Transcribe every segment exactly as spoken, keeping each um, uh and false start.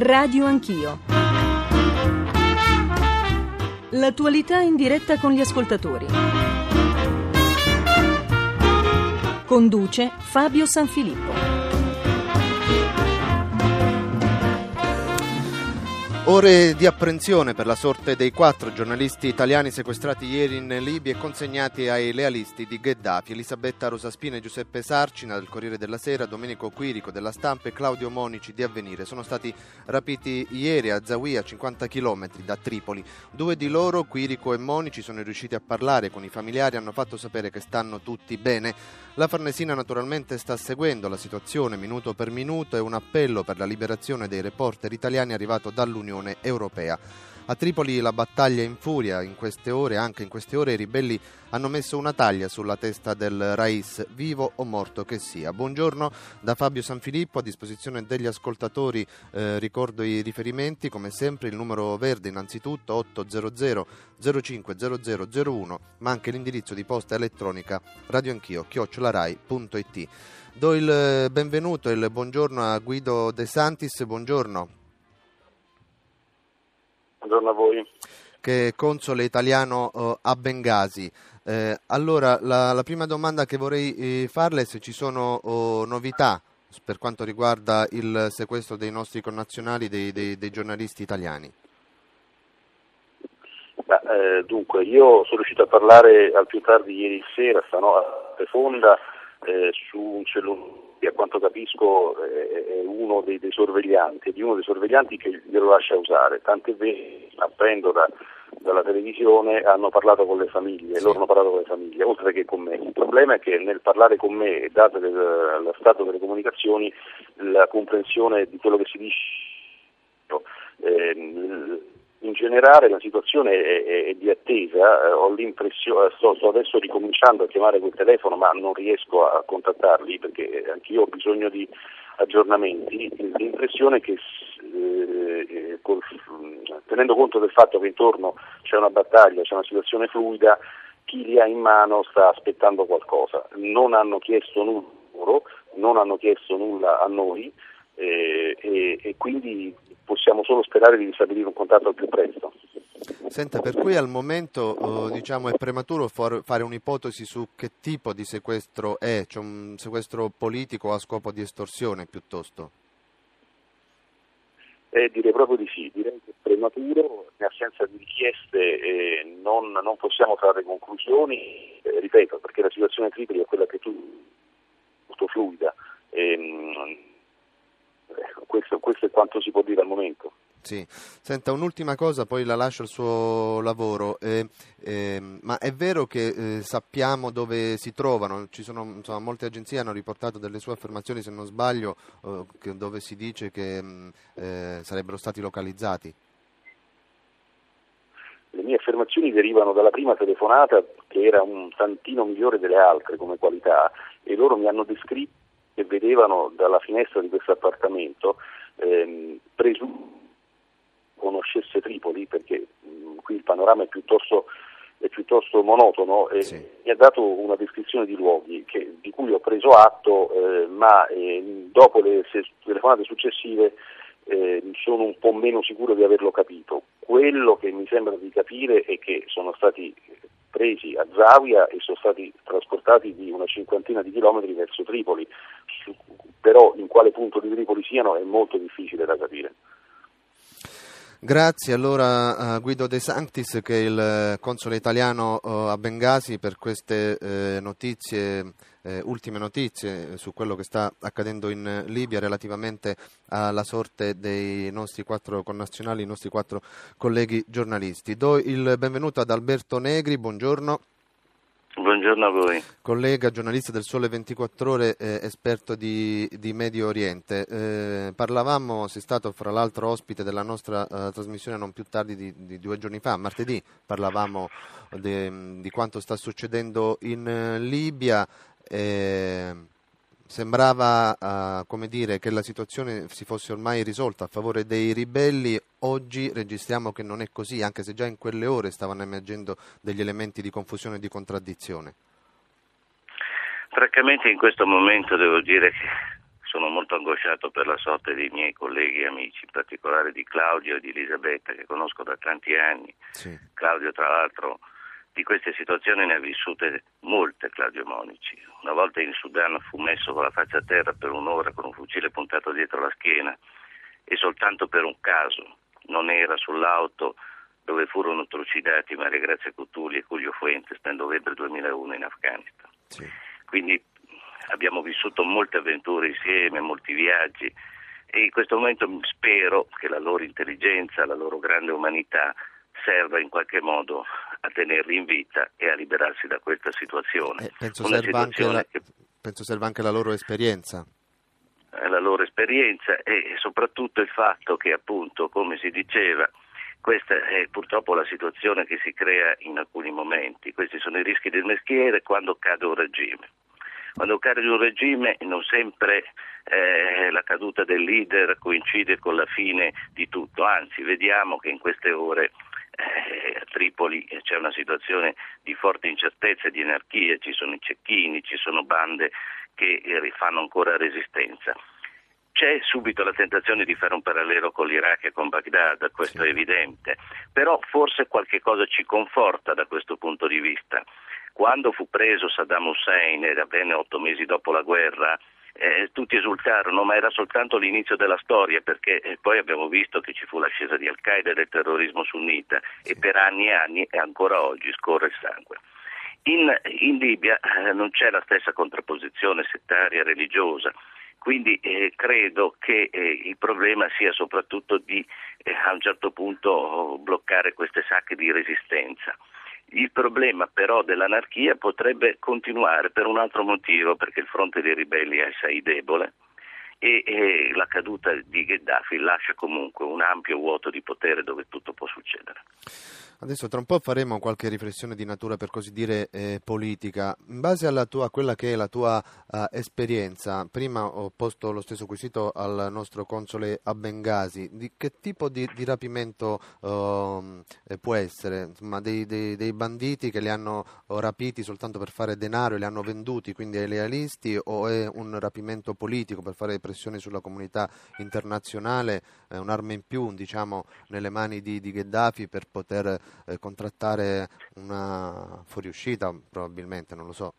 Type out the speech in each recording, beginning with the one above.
Radio Anch'io. L'attualità in diretta con gli ascoltatori. Conduce Fabio Sanfilippo. Ore di apprensione per la sorte dei quattro giornalisti italiani sequestrati ieri in Libia e consegnati ai lealisti di Gheddafi. Elisabetta Rosaspina e Giuseppe Sarcina del Corriere della Sera, Domenico Quirico della Stampa e Claudio Monici di Avvenire sono stati rapiti ieri a Zawiya, cinquanta chilometri da Tripoli. Due di loro, Quirico e Monici, sono riusciti a parlare con i familiari e hanno fatto sapere che stanno tutti bene. La Farnesina naturalmente sta seguendo la situazione minuto per minuto e un appello per la liberazione dei reporter italiani arrivato dall'Unione Europea. A Tripoli la battaglia infuria, in queste ore, anche in queste ore i ribelli hanno messo una taglia sulla testa del Rais, vivo o morto che sia. Buongiorno da Fabio Sanfilippo, a disposizione degli ascoltatori eh, ricordo i riferimenti, come sempre il numero verde innanzitutto otto zero zero zero cinque zero zero zero uno, ma anche l'indirizzo di posta elettronica radioanchio chiocciola rai punto it. Do il benvenuto e il buongiorno a Guido De Santis, buongiorno. Buongiorno a voi. Che è console italiano uh, a Bengasi. Eh, allora, la, la prima domanda che vorrei eh, farle è se ci sono uh, novità per quanto riguarda il sequestro dei nostri connazionali, dei, dei, dei giornalisti italiani. Beh, eh, dunque, io sono riuscito a parlare al più tardi ieri sera, stanotte fonda, eh, su un cellulare che a quanto capisco è uno dei, dei sorveglianti, di uno dei sorveglianti che glielo lascia usare, tant'è vero, apprendo da, dalla televisione, hanno parlato con le famiglie, sì. Loro hanno parlato con le famiglie, oltre che con me. Il problema è che nel parlare con me, dato le, lo stato delle comunicazioni, la comprensione di quello che si dice, eh, in generale la situazione è, è, è di attesa, eh, ho l'impressione, sto, sto adesso ricominciando a chiamare quel telefono ma non riesco a contattarli perché anch'io ho bisogno di aggiornamenti, l'impressione è che eh, col, tenendo conto del fatto che intorno c'è una battaglia, c'è una situazione fluida, chi li ha in mano sta aspettando qualcosa, non hanno chiesto nulla loro, non hanno chiesto nulla a noi eh, e, e quindi possiamo solo sperare di ristabilire un contatto al più presto. Senta, per cui al momento eh, diciamo è prematuro for- fare un'ipotesi su che tipo di sequestro è, cioè un sequestro politico a scopo di estorsione piuttosto? Eh, direi proprio di sì, direi che è prematuro, in assenza di richieste eh, non, non possiamo trarre conclusioni, eh, ripeto, perché la situazione Tripoli è quella che tu molto fluida. Ehm, Questo, questo è quanto si può dire al momento. Sì, senta, un'ultima cosa, poi la lascio al suo lavoro, eh, eh, ma è vero che eh, sappiamo dove si trovano? Ci sono, insomma, molte agenzie hanno riportato delle sue affermazioni, se non sbaglio, eh, che, dove si dice che mh, eh, sarebbero stati localizzati. Le mie affermazioni derivano dalla prima telefonata, che era un tantino migliore delle altre come qualità, e loro mi hanno descritto che vedevano dalla finestra di questo appartamento, ehm, presumo conoscesse Tripoli, perché mh, qui il panorama è piuttosto, è piuttosto monotono, e sì. Mi ha dato una descrizione di luoghi che, di cui ho preso atto, eh, ma eh, dopo le telefonate successive eh, sono un po' meno sicuro di averlo capito. Quello che mi sembra di capire è che sono stati presi a Zawiya e sono stati trasportati di una cinquantina di chilometri verso Tripoli, però in quale punto di Tripoli siano è molto difficile da capire. Grazie allora a Guido De Sanctis, che è il console italiano a Bengasi, per queste eh, notizie, eh, ultime notizie su quello che sta accadendo in Libia relativamente alla sorte dei nostri quattro connazionali, i nostri quattro colleghi giornalisti. Do il benvenuto ad Alberto Negri, buongiorno. Buongiorno a voi. Collega, giornalista del Sole ventiquattro Ore, eh, esperto di, di Medio Oriente. Eh, parlavamo, sei stato fra l'altro ospite della nostra uh, trasmissione non più tardi di, di due giorni fa, martedì, parlavamo de, di quanto sta succedendo in uh, Libia. Eh, sembrava uh, come dire, che la situazione si fosse ormai risolta a favore dei ribelli. Oggi registriamo che non è così, anche se già in quelle ore stavano emergendo degli elementi di confusione e di contraddizione. Francamente in questo momento devo dire che sono molto angosciato per la sorte dei miei colleghi e amici, in particolare di Claudio e di Elisabetta, che conosco da tanti anni. Sì. Claudio, tra l'altro, di queste situazioni ne ha vissute molte, Claudio Monici. Una volta in Sudan fu messo con la faccia a terra per un'ora con un fucile puntato dietro la schiena e soltanto per un caso non era sull'auto dove furono trucidati Maria Grazia Cutuli e Julio Fuentes nel novembre duemilauno in Afghanistan. Sì. Quindi abbiamo vissuto molte avventure insieme, molti viaggi e in questo momento spero che la loro intelligenza, la loro grande umanità serva in qualche modo a tenerli in vita e a liberarsi da questa situazione. Eh, penso, Una serva situazione anche la, che, penso serva anche la loro esperienza. la loro esperienza e soprattutto il fatto che, appunto, come si diceva, questa è purtroppo la situazione che si crea in alcuni momenti. Questi sono i rischi del mestiere quando cade un regime. Quando cade un regime non sempre eh, la caduta del leader coincide con la fine di tutto, anzi vediamo che in queste ore eh, a Tripoli c'è una situazione di forte incertezza e di anarchia, ci sono i cecchini, ci sono bande che eh, fanno ancora resistenza. C'è subito la tentazione di fare un parallelo con l'Iraq e con Baghdad, questo sì. è evidente, però forse qualche cosa ci conforta da questo punto di vista. Quando fu preso Saddam Hussein, era bene otto mesi dopo la guerra, eh, tutti esultarono, ma era soltanto l'inizio della storia, perché eh, poi abbiamo visto che ci fu l'ascesa di Al-Qaeda e del terrorismo sunnita sì. e per anni e anni e ancora oggi scorre il sangue. In, in Libia eh, non c'è la stessa contrapposizione settaria religiosa. Quindi eh, credo che eh, il problema sia soprattutto di eh, a un certo punto bloccare queste sacche di resistenza. Il problema però dell'anarchia potrebbe continuare per un altro motivo, perché il fronte dei ribelli è assai debole e, e la caduta di Gheddafi lascia comunque un ampio vuoto di potere dove tutto può succedere. Adesso tra un po' faremo qualche riflessione di natura per così dire eh, politica. In base alla tua, a quella che è la tua uh, esperienza, prima ho posto lo stesso quesito al nostro console a Bengasi, di che tipo di, di rapimento uh, eh, può essere? Insomma, dei, dei, dei banditi che li hanno uh, rapiti soltanto per fare denaro e li hanno venduti quindi ai lealisti, o è un rapimento politico per fare pressione sulla comunità internazionale, eh, un'arma in più diciamo nelle mani di, di Gheddafi per poter Eh, contrattare una fuoriuscita probabilmente, non lo so.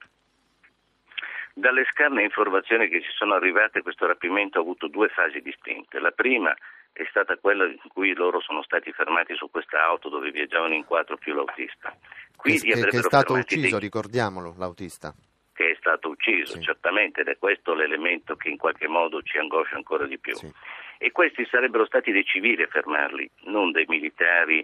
Dalle scarne informazioni che ci sono arrivate, questo rapimento ha avuto due fasi distinte. La prima è stata quella in cui loro sono stati fermati su questa auto dove viaggiavano in quattro più l'autista. Qui che, che, che è stato ucciso, dei... ricordiamolo, l'autista. Che è stato ucciso, sì. Certamente, ed è questo l'elemento che in qualche modo ci angoscia ancora di più. Sì. E questi sarebbero stati dei civili a fermarli, non dei militari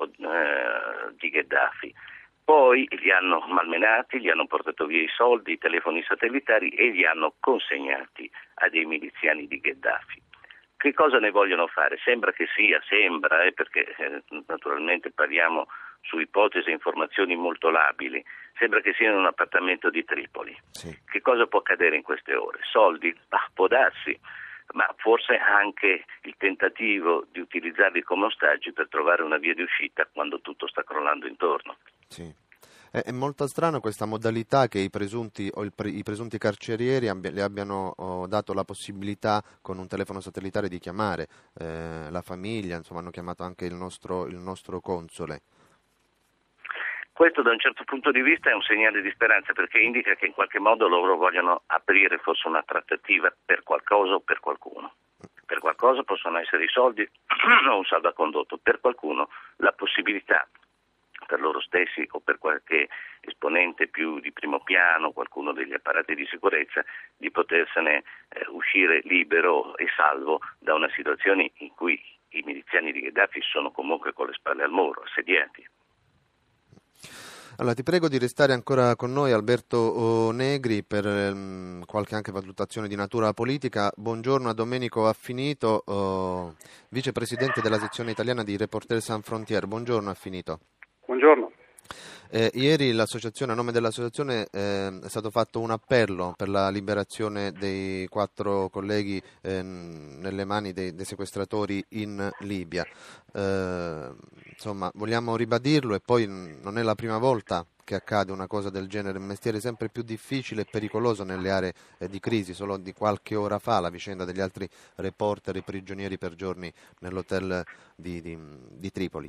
di Gheddafi. Poi li hanno malmenati, gli hanno portato via i soldi, i telefoni satellitari e li hanno consegnati a dei miliziani di Gheddafi. Che cosa ne vogliono fare? Sembra che sia, sembra, eh, perché eh, naturalmente parliamo su ipotesi e informazioni molto labili, sembra che sia in un appartamento di Tripoli. Sì. Che cosa può accadere in queste ore? Soldi? Ah, può darsi, ma forse anche il tentativo di utilizzarli come ostaggi per trovare una via di uscita quando tutto sta crollando intorno. Sì. È, è molto strano questa modalità che i presunti o il pre, i presunti carcerieri abbia, le abbiano oh, dato la possibilità con un telefono satellitare di chiamare eh, la famiglia, insomma hanno chiamato anche il nostro, il nostro console. Questo da un certo punto di vista è un segnale di speranza, perché indica che in qualche modo loro vogliono aprire forse una trattativa per qualcosa o per qualcuno. Per qualcosa possono essere i soldi o un salvacondotto, per qualcuno la possibilità, per loro stessi o per qualche esponente più di primo piano, qualcuno degli apparati di sicurezza, di potersene eh, uscire libero e salvo da una situazione in cui i miliziani di Gheddafi sono comunque con le spalle al muro, assediati. Allora ti prego di restare ancora con noi, Alberto Negri, per um, qualche anche valutazione di natura politica. Buongiorno a Domenico Affinito, uh, vicepresidente della sezione italiana di Reporters Sans Frontières. Buongiorno Affinito. Buongiorno. Eh, ieri l'associazione, a nome dell'associazione eh, è stato fatto un appello per la liberazione dei quattro colleghi eh, nelle mani dei, dei sequestratori in Libia. Eh, insomma, vogliamo ribadirlo, e poi non è la prima volta che accade una cosa del genere, un mestiere sempre più difficile e pericoloso nelle aree eh, di crisi. Solo di qualche ora fa la vicenda degli altri reporter e prigionieri per giorni nell'hotel di, di, di Tripoli.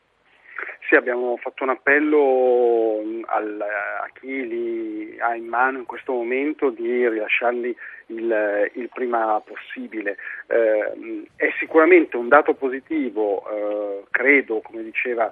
Sì, abbiamo fatto un appello al, a chi li ha in mano in questo momento di rilasciarli il, il prima possibile. Eh, è sicuramente un dato positivo, eh, credo, come diceva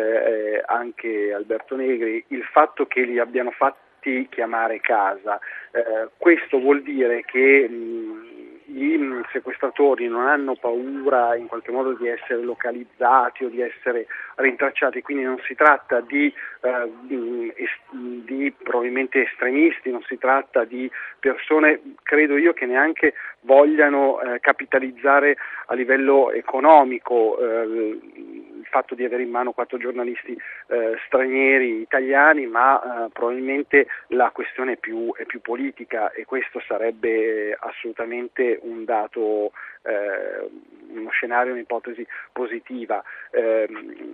eh, anche Alberto Negri, il fatto che li abbiano fatti chiamare casa. Eh, questo vuol dire che mh, i sequestratori non hanno paura in qualche modo di essere localizzati o di essere rintracciati, quindi non si tratta di, eh, di, di probabilmente estremisti, non si tratta di persone, credo io, che neanche vogliano eh, capitalizzare a livello economico eh, il fatto di avere in mano quattro giornalisti eh, stranieri italiani, ma eh, probabilmente la questione è più, è più politica, e questo sarebbe assolutamente un dato, eh, uno scenario, un'ipotesi positiva. Eh,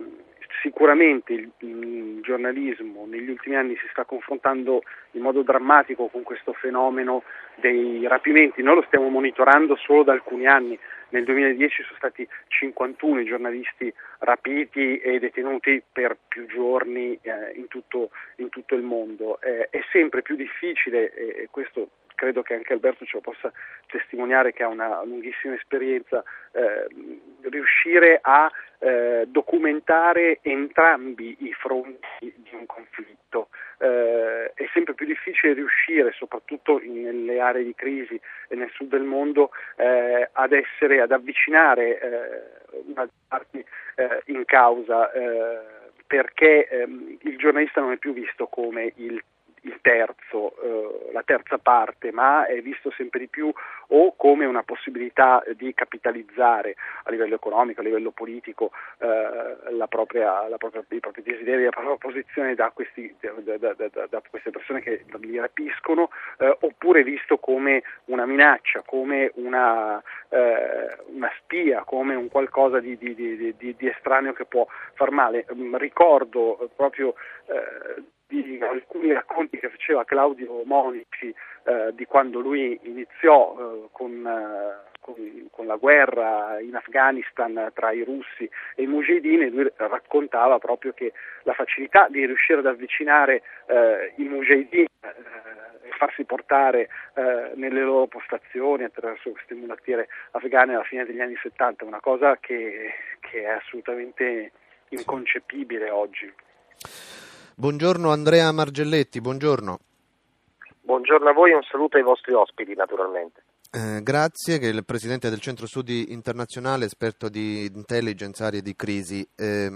Sicuramente il, il giornalismo negli ultimi anni si sta confrontando in modo drammatico con questo fenomeno dei rapimenti. Noi lo stiamo monitorando solo da alcuni anni. Nel duemiladieci sono stati cinquantuno i giornalisti rapiti e detenuti per più giorni eh, in, tutto, in tutto il mondo. Eh, è sempre più difficile, e, e questo credo che anche Alberto ce lo possa testimoniare, che ha una lunghissima esperienza, eh, riuscire a eh, documentare entrambi i fronti di un conflitto. Eh, è sempre più difficile riuscire, soprattutto nelle aree di crisi e nel sud del mondo, eh, ad essere, ad avvicinare eh, una delle parti eh, in causa, eh, perché ehm, il giornalista non è più visto come il il terzo, eh, la terza parte, ma è visto sempre di più o come una possibilità di capitalizzare a livello economico, a livello politico, eh, la propria, la propria, i propri desideri, la propria posizione da, questi, da, da, da, da queste persone che li rapiscono, eh, oppure visto come una minaccia, come una, eh, una spia, come un qualcosa di, di, di, di, di estraneo che può far male. Ricordo proprio eh, di alcuni racconti che faceva Claudio Monici eh, di quando lui iniziò eh, con, eh, con, con la guerra in Afghanistan tra i russi e i mujahideen, e lui raccontava proprio che la facilità di riuscire ad avvicinare eh, i mujahideen eh, e farsi portare eh, nelle loro postazioni attraverso queste mulattiere afghane alla fine degli anni settanta è una cosa che, che è assolutamente inconcepibile oggi. Buongiorno Andrea Margelletti, buongiorno. Buongiorno a voi e un saluto ai vostri ospiti, naturalmente. Eh, grazie, che è il presidente del Centro Studi Internazionale, esperto di intelligence, aree di crisi. Eh,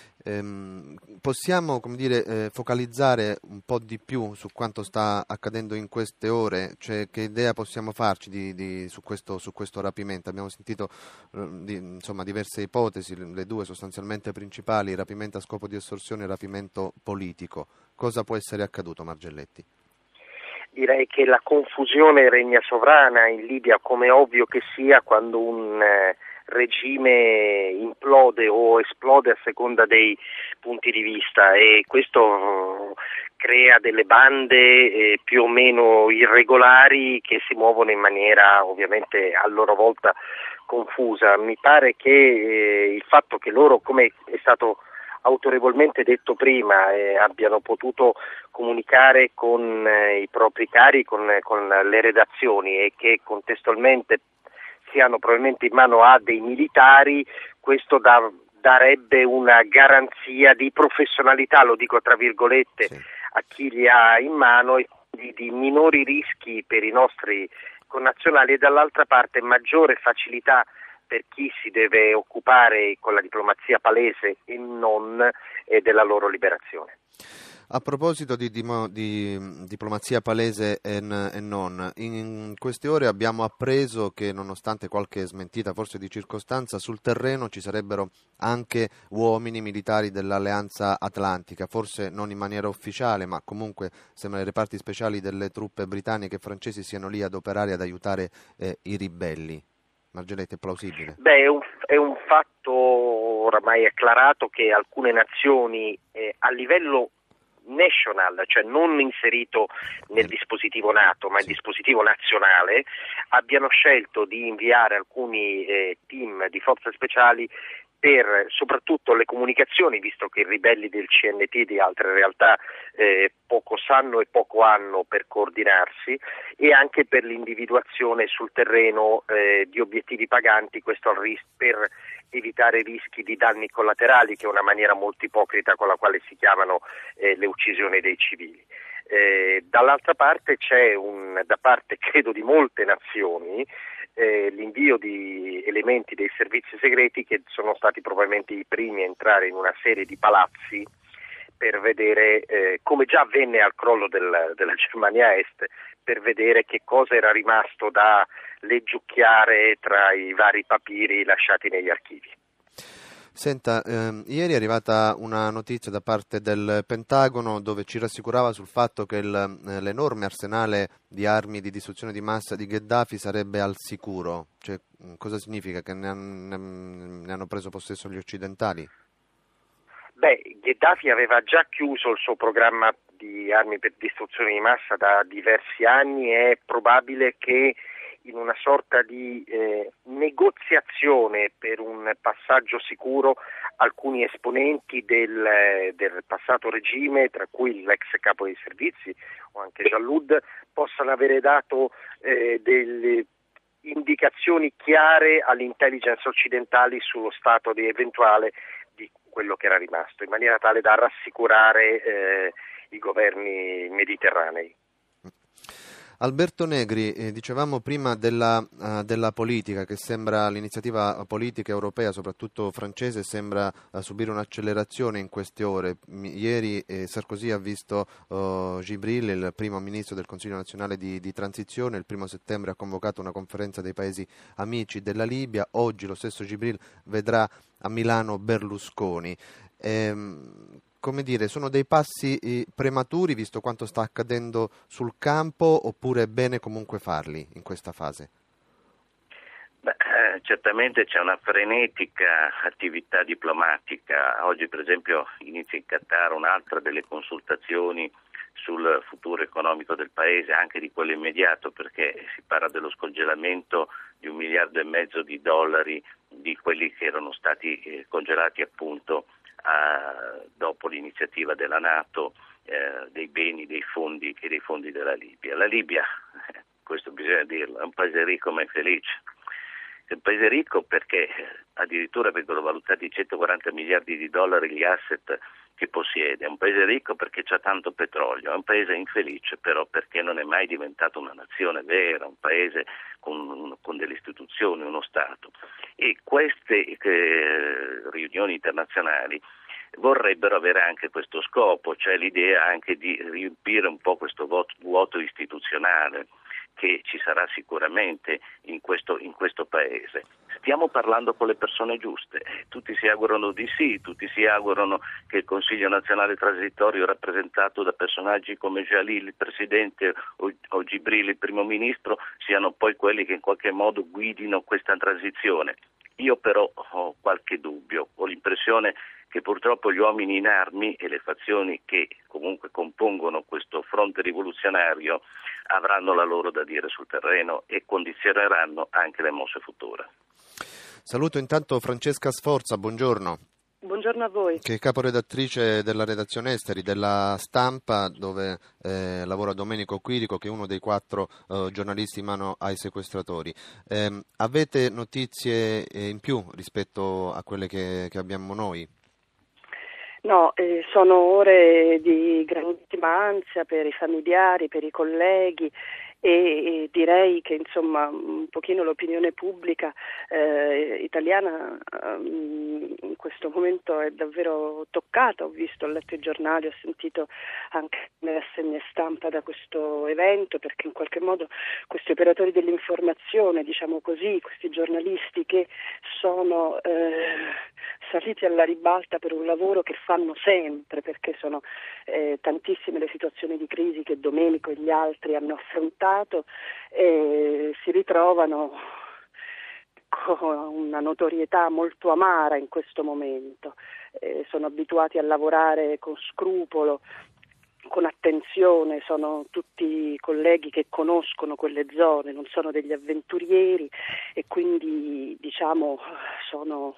ehm, possiamo, come dire, eh, focalizzare un po' di più su quanto sta accadendo in queste ore? Cioè, che idea possiamo farci di, di, su, questo, su questo rapimento? Abbiamo sentito eh, di, insomma, diverse ipotesi, le due sostanzialmente principali: rapimento a scopo di estorsione e rapimento politico. Cosa può essere accaduto, Margelletti? Direi che la confusione regna sovrana in Libia, come ovvio che sia quando un eh, regime implode o esplode a seconda dei punti di vista, e questo uh, crea delle bande eh, più o meno irregolari che si muovono in maniera ovviamente a loro volta confusa. Mi pare che eh, il fatto che loro, come è stato autorevolmente detto prima, eh, abbiano potuto comunicare con eh, i propri cari, con, con le redazioni, e che contestualmente siano probabilmente in mano a dei militari, questo da, darebbe una garanzia di professionalità, lo dico tra virgolette, sì, a chi li ha in mano, e di, di minori rischi per i nostri connazionali, e dall'altra parte maggiore facilità per chi si deve occupare con la diplomazia palese e non eh, della loro liberazione. A proposito di, di, di diplomazia palese e, e non, in queste ore abbiamo appreso che nonostante qualche smentita forse di circostanza, sul terreno ci sarebbero anche uomini militari dell'Alleanza Atlantica, forse non in maniera ufficiale, ma comunque sembra che i reparti speciali delle truppe britanniche e francesi siano lì ad operare, ad aiutare eh, i ribelli. Margelletta, è plausibile? Beh, è un, è un fatto oramai acclarato che alcune nazioni eh, a livello national, cioè non inserito nel dispositivo NATO ma nel dispositivo nazionale, abbiano scelto di inviare alcuni eh, team di forze speciali per soprattutto le comunicazioni, visto che i ribelli del C N T e di altre realtà eh, poco sanno e poco hanno per coordinarsi, e anche per l'individuazione sul terreno eh, di obiettivi paganti, questo al ris- per evitare rischi di danni collaterali, che è una maniera molto ipocrita con la quale si chiamano eh, le uccisioni dei civili. Eh, dall'altra parte c'è un, da parte credo di molte nazioni, Eh, l'invio di elementi dei servizi segreti che sono stati probabilmente i primi a entrare in una serie di palazzi per vedere, eh, come già avvenne al crollo del, della Germania Est, per vedere che cosa era rimasto da leggiucchiare tra i vari papiri lasciati negli archivi. Senta, ehm, ieri è arrivata una notizia da parte del Pentagono dove ci rassicurava sul fatto che il, eh, l'enorme arsenale di armi di distruzione di massa di Gheddafi sarebbe al sicuro. Cioè, cosa significa? Che ne hanno, ne hanno preso possesso gli occidentali? Beh, Gheddafi aveva già chiuso il suo programma di armi per distruzione di massa da diversi anni. È probabile che in una sorta di eh, negoziazione per un passaggio sicuro alcuni esponenti del, del passato regime, tra cui l'ex capo dei servizi o anche Jalloud, possano avere dato eh, delle indicazioni chiare all'intelligence occidentali sullo stato di eventuale di quello che era rimasto, in maniera tale da rassicurare eh, i governi mediterranei. Alberto Negri, eh, dicevamo prima della, uh, della politica, che sembra l'iniziativa politica europea, soprattutto francese, sembra uh, subire un'accelerazione in queste ore. M- ieri eh, Sarkozy ha visto uh, Gibril, il primo ministro del Consiglio nazionale di, di transizione, il primo settembre ha convocato una conferenza dei paesi amici della Libia, oggi lo stesso Gibril vedrà a Milano Berlusconi. Ehm, Come dire, sono dei passi eh, prematuri visto quanto sta accadendo sul campo, oppure è bene comunque farli in questa fase? Beh, eh, certamente c'è una frenetica attività diplomatica. Oggi per esempio inizia in Qatar un'altra delle consultazioni sul futuro economico del paese, anche di quello immediato, perché si parla dello scongelamento di un miliardo e mezzo di dollari di quelli che erano stati eh, congelati appunto Uh, dopo l'iniziativa della NATO, uh, dei beni, dei fondi e dei fondi della Libia. La Libia, eh, questo bisogna dirlo, è un paese ricco ma infelice. È un paese ricco perché addirittura vengono valutati centoquaranta miliardi di dollari gli asset che possiede. È un paese ricco perché c'ha tanto petrolio. È un paese infelice però perché non è mai diventato una nazione vera, un paese con, con delle istituzioni, uno Stato. E queste eh, riunioni internazionali vorrebbero avere anche questo scopo, cioè l'idea anche di riempire un po' questo vuoto, vuoto istituzionale che ci sarà sicuramente in questo, in questo paese. Stiamo parlando con le persone giuste, tutti si augurano di sì, tutti si augurano che il Consiglio nazionale transitorio rappresentato da personaggi come Jalil, il presidente, o, o Gibril, il primo ministro, siano poi quelli che in qualche modo guidino questa transizione. Io però ho qualche dubbio, ho l'impressione che purtroppo gli uomini in armi e le fazioni che comunque compongono questo fronte rivoluzionario avranno la loro da dire sul terreno e condizioneranno anche le mosse future. Saluto intanto Francesca Sforza, buongiorno. Buongiorno a voi. Che è caporedattrice della redazione esteri della Stampa, dove eh, lavora Domenico Quirico, che è uno dei quattro eh, giornalisti in mano ai sequestratori. Eh, avete notizie eh, in più rispetto a quelle che, che abbiamo noi? No, eh, sono ore di grandissima ansia per i familiari, per i colleghi e, e direi che insomma un pochino l'opinione pubblica eh, italiana um, in questo momento è davvero toccata. Ho visto, ho letto i giornali, ho sentito anche le rassegne stampa da questo evento, perché in qualche modo questi operatori dell'informazione, diciamo così, questi giornalisti che sono eh, saliti alla ribalta per un lavoro che fanno sempre, perché sono eh, tantissime le situazioni di crisi che Domenico e gli altri hanno affrontato, e si ritrovano con una notorietà molto amara in questo momento. Eh, sono abituati a lavorare con scrupolo, con attenzione, sono tutti colleghi che conoscono quelle zone, non sono degli avventurieri, e quindi diciamo sono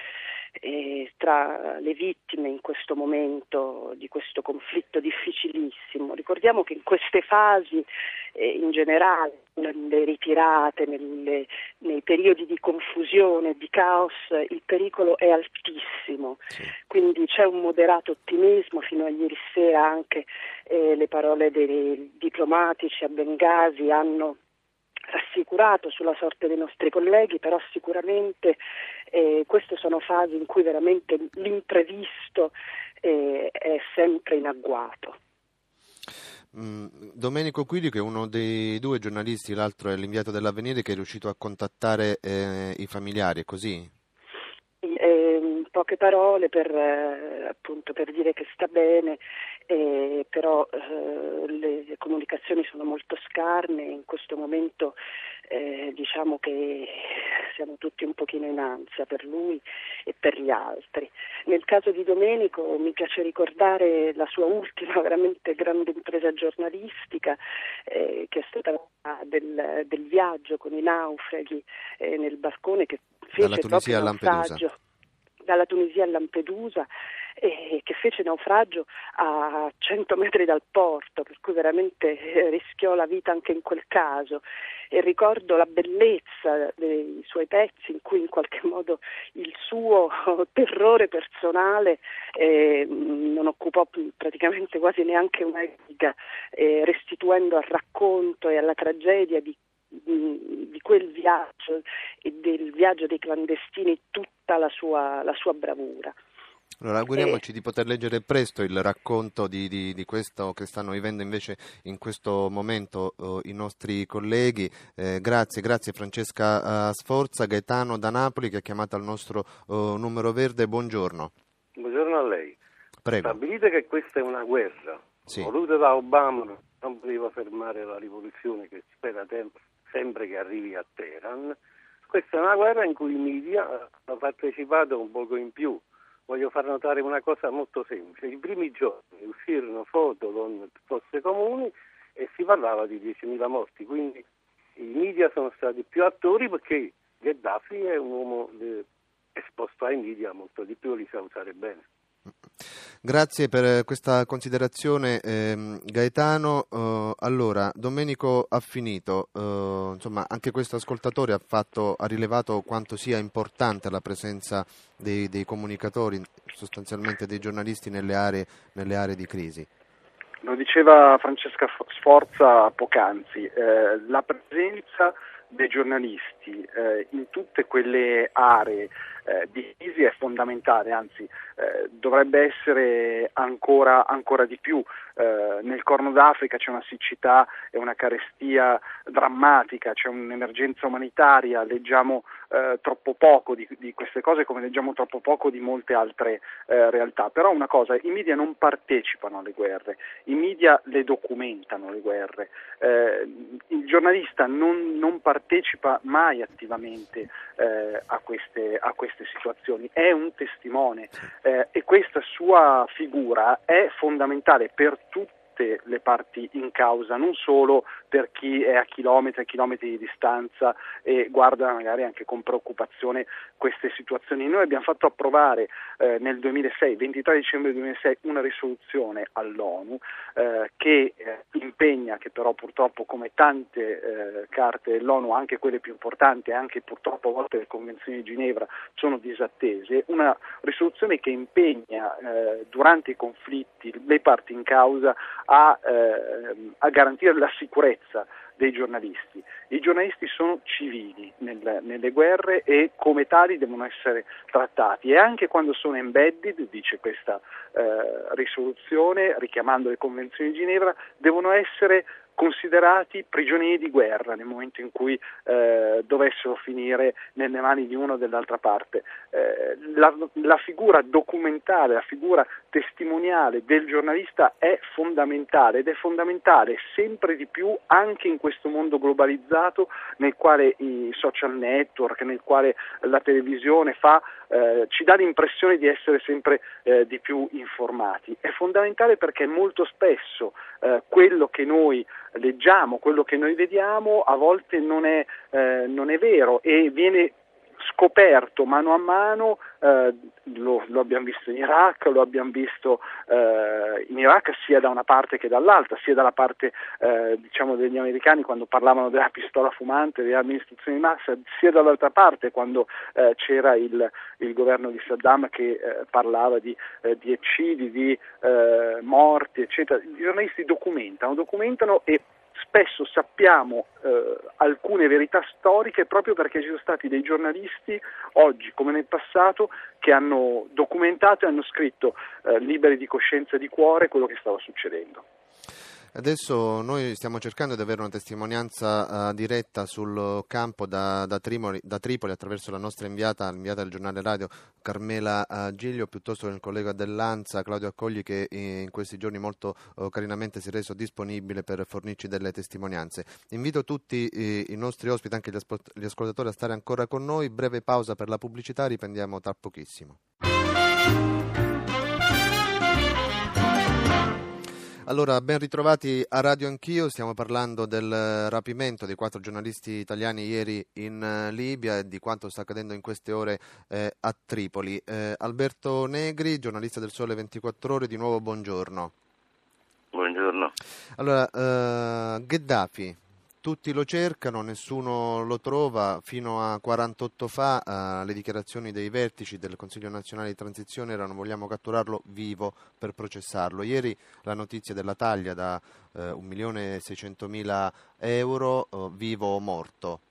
eh, tra le vittime in questo momento di questo conflitto difficilissimo. Ricordiamo che in queste fasi eh, in generale, nelle ritirate, nelle, nei periodi di confusione, di caos, il pericolo è altissimo, quindi c'è un moderato ottimismo. Fino a ieri sera anche eh, le parole dei diplomatici a Bengasi hanno rassicurato sulla sorte dei nostri colleghi, però sicuramente eh, queste sono fasi in cui veramente l'imprevisto eh, è sempre in agguato. Mm, Domenico Quiri, che è uno dei due giornalisti, l'altro è l'inviato dell'Avvenire, che è riuscito a contattare eh, i familiari, è così? Eh, poche parole per, eh, appunto, per dire che sta bene, eh, però eh, le, le comunicazioni sono molto scarne. In questo momento eh, diciamo che siamo tutti un pochino in ansia per lui e per gli altri. Nel caso di Domenico mi piace ricordare la sua ultima veramente grande impresa giornalistica, eh, che è stata del, del viaggio con i naufraghi eh, nel barcone che fece dalla Tunisia a Lampedusa. Dalla Tunisia a Lampedusa, eh, che fece naufragio a cento metri dal porto, per cui veramente eh, rischiò la vita anche in quel caso. E ricordo la bellezza dei suoi pezzi, in cui in qualche modo il suo terrore personale eh, non occupò praticamente quasi neanche una riga, eh, restituendo al racconto e alla tragedia di di quel viaggio e del viaggio dei clandestini tutta la sua, la sua bravura. Allora auguriamoci eh. di poter leggere presto il racconto di, di, di questo che stanno vivendo invece in questo momento uh, i nostri colleghi. Eh, grazie, grazie Francesca uh, Sforza. Gaetano da Napoli, che ha chiamato al nostro uh, numero verde. Buongiorno. Buongiorno a lei. Prego. Stabilite che questa è una guerra sì. voluta da Obama, non poteva fermare la rivoluzione che spera tempo sempre che arrivi a Teheran. Questa è una guerra in cui i media hanno partecipato un poco in più. Voglio far notare una cosa molto semplice. I primi giorni uscirono foto con fosse comuni e si parlava di diecimila morti, quindi i media sono stati più attori, perché Gheddafi è un uomo eh, esposto ai media molto di più, li sa usare bene. Grazie per questa considerazione ehm, Gaetano. Uh, allora, Domenico ha finito, uh, insomma anche questo ascoltatore ha, fatto, ha rilevato quanto sia importante la presenza dei, dei comunicatori, sostanzialmente dei giornalisti nelle aree, nelle aree di crisi. Lo diceva Francesca Sforza poc'anzi, eh, la presenza dei giornalisti eh, in tutte quelle aree eh, di crisi è fondamentale, anzi eh, dovrebbe essere ancora, ancora di più. Eh, nel Corno d'Africa c'è una siccità e una carestia drammatica, c'è un'emergenza umanitaria, leggiamo eh, troppo poco di, di queste cose, come leggiamo troppo poco di molte altre eh, realtà. Però una cosa, i media non partecipano alle guerre, i media le documentano le guerre, eh, il giornalista non, non partecipa mai attivamente eh, a, queste, a queste situazioni, è un testimone eh, e questa sua figura è fondamentale per tutte le parti in causa, non solo per chi è a chilometri e chilometri di distanza e guarda magari anche con preoccupazione queste situazioni. Noi abbiamo fatto approvare eh, nel duemilasei, ventitré dicembre duemilasei, una risoluzione all'ONU eh, che eh, impegna, che però purtroppo come tante eh, carte dell'ONU, anche quelle più importanti, anche purtroppo a volte le convenzioni di Ginevra sono disattese, una risoluzione che impegna eh, durante i conflitti le parti in causa a, eh, a garantire la sicurezza dei giornalisti. I giornalisti sono civili nel, nelle guerre e come tali devono essere trattati, e anche quando sono embedded, dice questa eh, risoluzione richiamando le convenzioni di Ginevra, devono essere considerati prigionieri di guerra nel momento in cui eh, dovessero finire nelle mani di uno o dell'altra parte. Eh, la, la figura documentale, la figura testimoniale del giornalista è fondamentale, ed è fondamentale sempre di più anche in questo mondo globalizzato nel quale i social network, nel quale la televisione fa, eh, ci dà l'impressione di essere sempre eh, di più informati. È fondamentale perché molto spesso eh, quello che noi leggiamo, quello che noi vediamo a volte non è, eh, non è vero, e viene scoperto mano a mano, eh, lo, lo abbiamo visto in Iraq, lo abbiamo visto eh, in Iraq sia da una parte che dall'altra, sia dalla parte eh, diciamo degli americani quando parlavano della pistola fumante, delle armi di distruzione di massa, sia dall'altra parte quando eh, c'era il, il governo di Saddam che eh, parlava di, eh, di eccidi, di eh, morti, eccetera. I giornalisti documentano, documentano e spesso sappiamo eh, alcune verità storiche proprio perché ci sono stati dei giornalisti, oggi come nel passato, che hanno documentato e hanno scritto eh, liberi di coscienza e di cuore quello che stava succedendo. Adesso noi stiamo cercando di avere una testimonianza uh, diretta sul campo da, da, Tripoli, da Tripoli attraverso la nostra inviata, l'inviata del giornale radio Carmela uh, Giglio, piuttosto che il collega dell'Ansa Claudio Accogli, che in questi giorni molto uh, carinamente si è reso disponibile per fornirci delle testimonianze. Invito tutti i, i nostri ospiti, anche gli, ascolt- gli ascoltatori, a stare ancora con noi. Breve pausa per la pubblicità, riprendiamo tra pochissimo. Allora, ben ritrovati a Radio Anch'io, stiamo parlando del rapimento dei quattro giornalisti italiani ieri in Libia e di quanto sta accadendo in queste ore eh, a Tripoli. Eh, Alberto Negri, giornalista del Sole ventiquattro Ore, di nuovo buongiorno. Buongiorno. Allora, eh, Gheddafi, tutti lo cercano, nessuno lo trova. Fino a quarantotto fa eh, le dichiarazioni dei vertici del Consiglio nazionale di transizione erano: vogliamo catturarlo vivo per processarlo. Ieri la notizia della taglia da eh, un milione e seicentomila euro, eh, vivo o morto.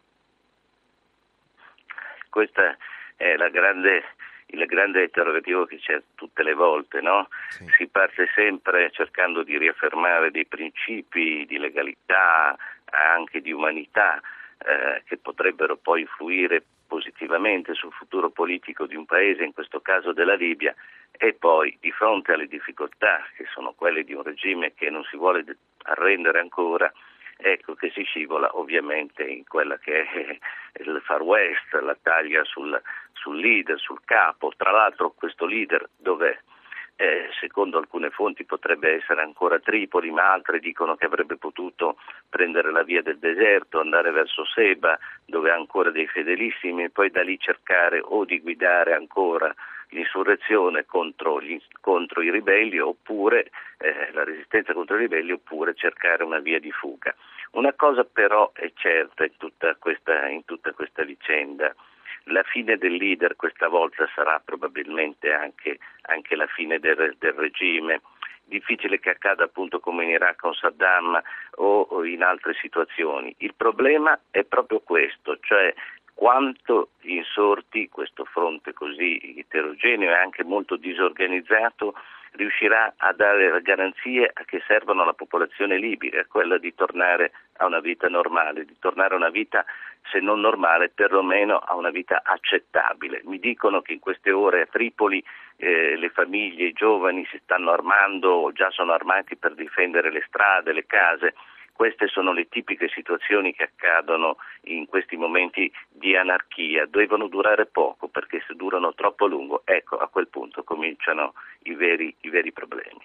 Questa è la grande, il grande interrogativo che c'è tutte le volte, no? Sì. Si parte sempre cercando di riaffermare dei principi di legalità, anche di umanità, eh, che potrebbero poi influire positivamente sul futuro politico di un paese, in questo caso della Libia, e poi di fronte alle difficoltà che sono quelle di un regime che non si vuole arrendere ancora, ecco che si scivola ovviamente in quella che è il Far West, la taglia sul, sul leader, sul capo. Tra l'altro questo leader dov'è? Eh, secondo alcune fonti potrebbe essere ancora a Tripoli, ma altre dicono che avrebbe potuto prendere la via del deserto, andare verso Seba, dove ha ancora dei fedelissimi, e poi da lì cercare o di guidare ancora l'insurrezione contro, gli, contro i ribelli, oppure eh, la resistenza contro i ribelli, oppure cercare una via di fuga. Una cosa però è certa in tutta questa, in tutta questa vicenda: la fine del leader questa volta sarà probabilmente anche, anche la fine del, del regime. Difficile che accada appunto come in Iraq con Saddam o, o in altre situazioni. Il problema è proprio questo, cioè quanto gli insorti, questo fronte così eterogeneo e anche molto disorganizzato, riuscirà a dare garanzie che servono alla popolazione libica, quella di tornare a una vita normale, di tornare a una vita, se non normale, perlomeno a una vita accettabile. Mi dicono che in queste ore a Tripoli eh, le famiglie, i giovani si stanno armando o già sono armati per difendere le strade, le case. Queste sono le tipiche situazioni che accadono in questi momenti di anarchia. Devono durare poco, perché se durano troppo a lungo, ecco, a quel punto cominciano i veri, i veri problemi.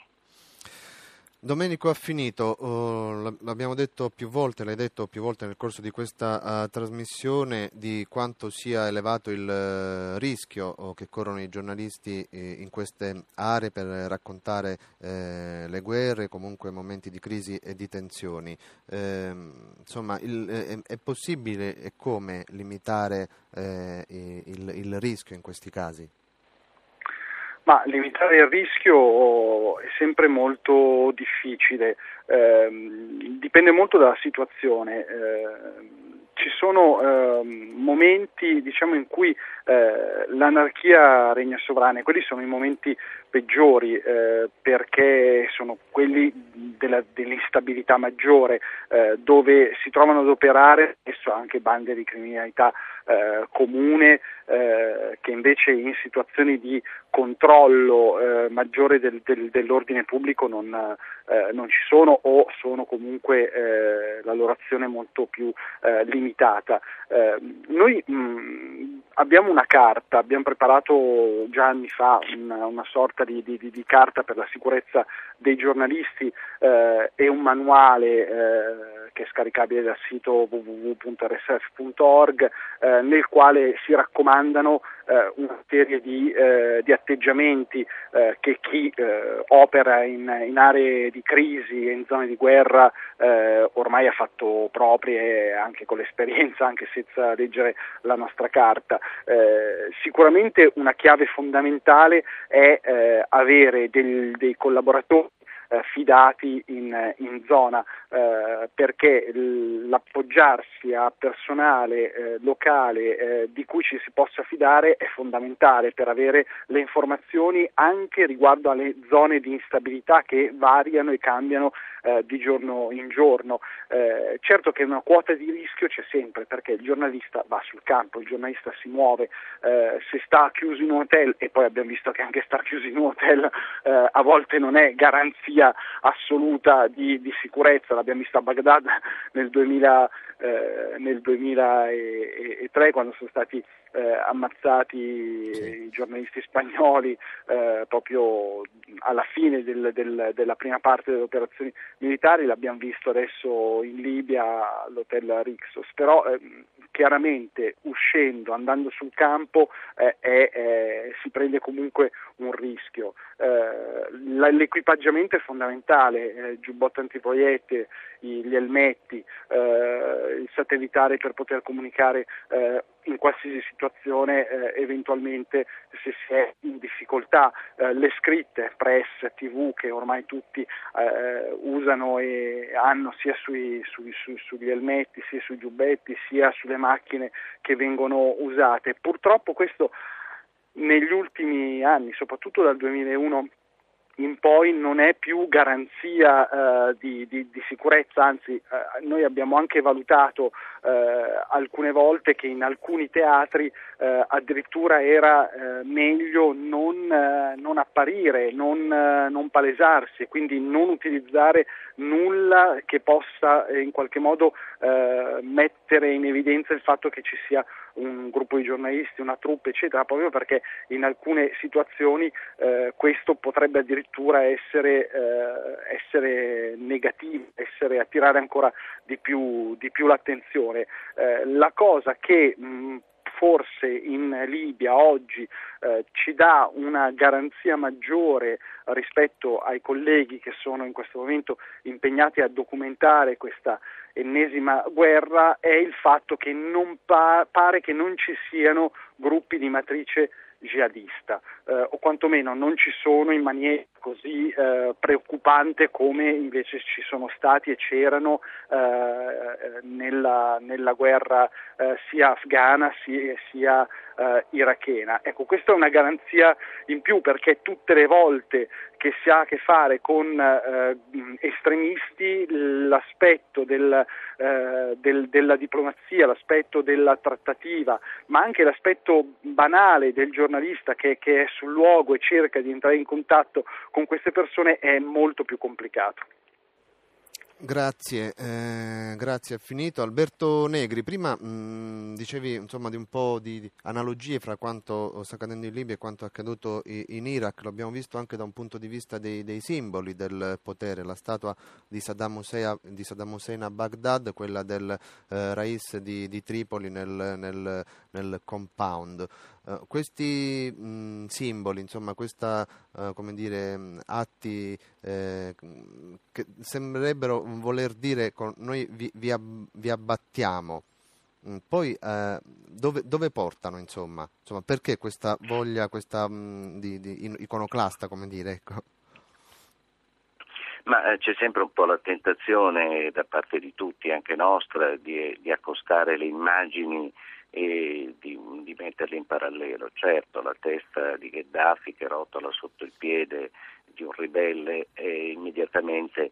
Domenico ha finito, oh, l'abbiamo detto più volte, l'hai detto più volte nel corso di questa uh, trasmissione, di quanto sia elevato il uh, rischio oh, che corrono i giornalisti eh, in queste aree per raccontare eh, le guerre, comunque momenti di crisi e di tensioni. Eh, insomma, il, è, è possibile e come limitare eh, il, il rischio in questi casi? Ma limitare il rischio è sempre molto difficile, eh, dipende molto dalla situazione. Eh, ci sono eh, momenti, diciamo, in cui eh, l'anarchia regna sovrana, e quelli sono i momenti peggiori, eh, perché sono quelli della, dell'instabilità maggiore, eh, dove si trovano ad operare spesso anche bande di criminalità eh, comune, eh, che invece in situazioni di controllo eh, maggiore del, del, dell'ordine pubblico non, eh, non ci sono, o sono comunque eh, la loro azione molto più eh, limitata. Eh, noi mh, abbiamo una carta, abbiamo preparato già anni fa una, una sorta di, di, di carta per la sicurezza dei giornalisti eh, e un manuale eh, che è scaricabile dal sito w w w punto r s f punto org, eh, nel quale si raccomandano eh, una serie di, eh, di atteggiamenti eh, che chi eh, opera in, in aree di crisi e in zone di guerra eh, ormai ha fatto proprie, anche con l'esperienza, anche senza leggere la nostra carta. Eh, sicuramente una chiave fondamentale è eh, avere del, dei collaboratori fidati in, in zona, eh, perché l'appoggiarsi a personale eh, locale eh, di cui ci si possa fidare è fondamentale per avere le informazioni anche riguardo alle zone di instabilità che variano e cambiano eh, di giorno in giorno. Eh, certo che una quota di rischio c'è sempre, perché il giornalista va sul campo, il giornalista si muove, eh, se sta chiuso in un hotel, e poi abbiamo visto che anche star chiusi in un hotel eh, a volte non è garanzia assoluta di, di sicurezza. L'abbiamo vista a Baghdad nel, duemila, eh, nel duemilatré, quando sono stati eh, ammazzati sì. i giornalisti spagnoli eh, proprio alla fine del, del, della prima parte delle operazioni militari. L'abbiamo visto adesso in Libia all'hotel Rixos, però eh, chiaramente uscendo, andando sul campo eh, è, eh, si prende comunque un rischio. Eh, l'equipaggiamento è fondamentale, eh, giubbotto antiproiettile, gli elmetti, eh, il satellitare per poter comunicare eh, in qualsiasi situazione, eh, eventualmente se si è in difficoltà, eh, le scritte press, tv che ormai tutti eh, usano e hanno sia sui, sui, sui, sugli elmetti, sia sui giubbetti, sia sulle macchine che vengono usate. Purtroppo questo negli ultimi anni, soprattutto dal duemilauno in poi, non è più garanzia eh, di, di, di sicurezza, anzi eh, noi abbiamo anche valutato eh, alcune volte che in alcuni teatri eh, addirittura era eh, meglio non, eh, non apparire, non, eh, non palesarsi, quindi non utilizzare nulla che possa eh, in qualche modo eh, mettere in evidenza il fatto che ci sia un gruppo di giornalisti, una troupe, eccetera, proprio perché in alcune situazioni eh, questo potrebbe addirittura essere, eh, essere negativo, essere attirare ancora di più, di più l'attenzione. Eh, la cosa che mh, forse in Libia oggi eh, ci dà una garanzia maggiore rispetto ai colleghi che sono in questo momento impegnati a documentare questa ennesima guerra è il fatto che non pa- pare che non ci siano gruppi di matrice jihadista, eh, o quantomeno non ci sono in maniera così eh, preoccupante come invece ci sono stati e c'erano eh, nella, nella guerra eh, sia afghana sia, sia eh, irachena. Ecco, questa è una garanzia in più, perché tutte le volte che si ha a che fare con eh, estremisti, l'aspetto del, eh, del, della diplomazia, l'aspetto della trattativa, ma anche l'aspetto banale del giornalista che, che è sul luogo e cerca di entrare in contatto con queste persone è molto più complicato. Grazie, eh, grazie, è finito. Alberto Negri, prima mh, dicevi insomma di un po' di, di analogie fra quanto sta accadendo in Libia e quanto è accaduto in Iraq. Lo abbiamo visto anche da un punto di vista dei, dei simboli del potere, la statua di Saddam Hussein, di Saddam Hussein a Baghdad, quella del eh, Rais di, di Tripoli nel, nel, nel compound. Uh, questi mh, simboli, insomma, questa, uh, come dire, mh, atti eh, che sembrerebbero voler dire con noi vi, vi, ab- vi abbattiamo, mh, poi eh, dove, dove portano, insomma? Insomma, perché questa voglia, questa mh, di, di iconoclasta, come dire, ecco? Ma eh, c'è sempre un po' la tentazione da parte di tutti, anche nostra, di, di accostare le immagini e di, di metterle in parallelo. Certo, la testa di Gheddafi che rotola sotto il piede di un ribelle e immediatamente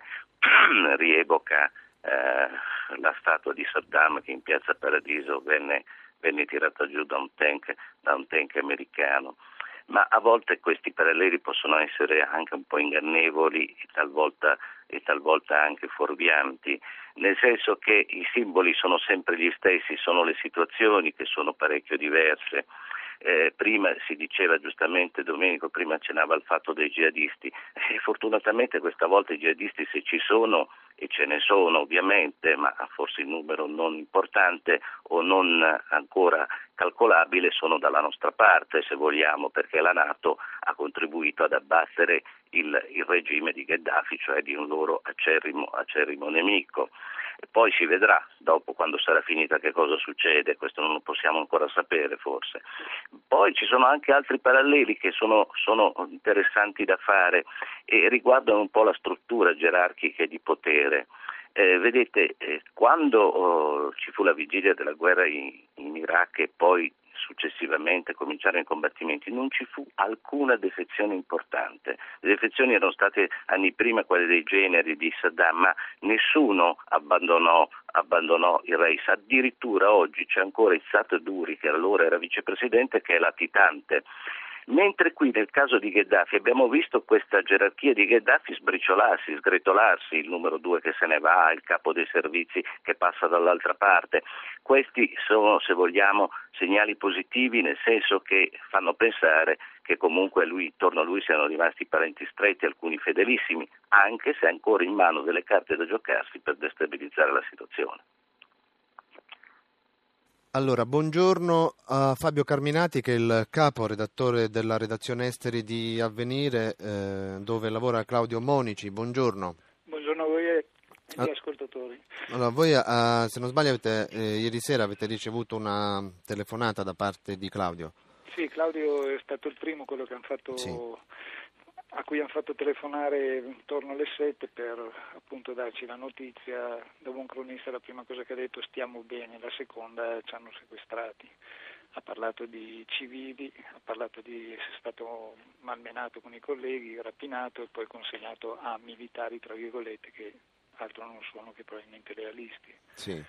rievoca eh, la statua di Saddam che in Piazza Paradiso venne, venne tirata giù da un tank, da un tank americano. Ma a volte questi paralleli possono essere anche un po' ingannevoli e talvolta, e talvolta anche fuorvianti, nel senso che i simboli sono sempre gli stessi, sono le situazioni che sono parecchio diverse. Eh, prima si diceva giustamente, Domenico prima accennava al fatto dei jihadisti, e fortunatamente questa volta i jihadisti, se ci sono, e ce ne sono ovviamente, ma forse in numero non importante o non ancora calcolabile, sono dalla nostra parte, se vogliamo, perché la NATO ha contribuito ad abbattere il, il regime di Gheddafi, cioè di un loro acerrimo, acerrimo nemico. E poi si vedrà dopo, quando sarà finita, che cosa succede, questo non lo possiamo ancora sapere forse. Poi ci sono anche altri paralleli che sono, sono interessanti da fare e riguardano un po' la struttura gerarchica di potere. Eh, vedete, eh, quando oh, ci fu la vigilia della guerra in, in Iraq e poi successivamente cominciarono i combattimenti, non ci fu alcuna defezione importante. Le defezioni erano state anni prima quelle dei generi di Saddam, ma nessuno abbandonò, abbandonò il Reis. Addirittura oggi c'è ancora Izzat Duri, che allora era vicepresidente, che è latitante. Mentre qui nel caso di Gheddafi abbiamo visto questa gerarchia di Gheddafi sbriciolarsi, sgretolarsi, il numero due che se ne va, il capo dei servizi che passa dall'altra parte. Questi sono, se vogliamo, segnali positivi, nel senso che fanno pensare che comunque lui, intorno a lui siano rimasti parenti stretti, alcuni fedelissimi, anche se ancora in mano delle carte da giocarsi per destabilizzare la situazione. Allora, buongiorno a Fabio Carminati, che è il capo redattore della redazione esteri di Avvenire, eh, dove lavora Claudio Monici. Buongiorno. Buongiorno a voi e agli ascoltatori. Allora, voi, uh, se non sbaglio, avete, eh, ieri sera avete ricevuto una telefonata da parte di Claudio. Sì, Claudio è stato il primo, quello che hanno fatto... Sì. a cui hanno fatto telefonare intorno alle sette per appunto darci la notizia. Da buon cronista la prima cosa che ha detto: stiamo bene, la seconda ci hanno sequestrati. Ha parlato di civili, ha parlato di essere stato malmenato con i colleghi, rapinato e poi consegnato a militari, tra virgolette, che altro non sono che probabilmente lealisti. Sì.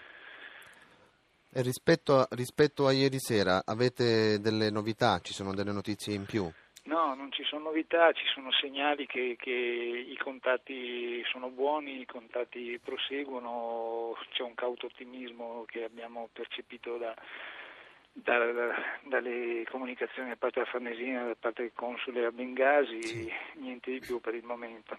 E rispetto a, rispetto a ieri sera avete delle novità? Ci sono delle notizie in più? No, non ci sono novità, ci sono segnali che, che i contatti sono buoni, i contatti proseguono, c'è un cauto ottimismo che abbiamo percepito da, da, da, dalle comunicazioni da parte della Farnesina, da parte del console a Bengasi, sì. Niente di più per il momento.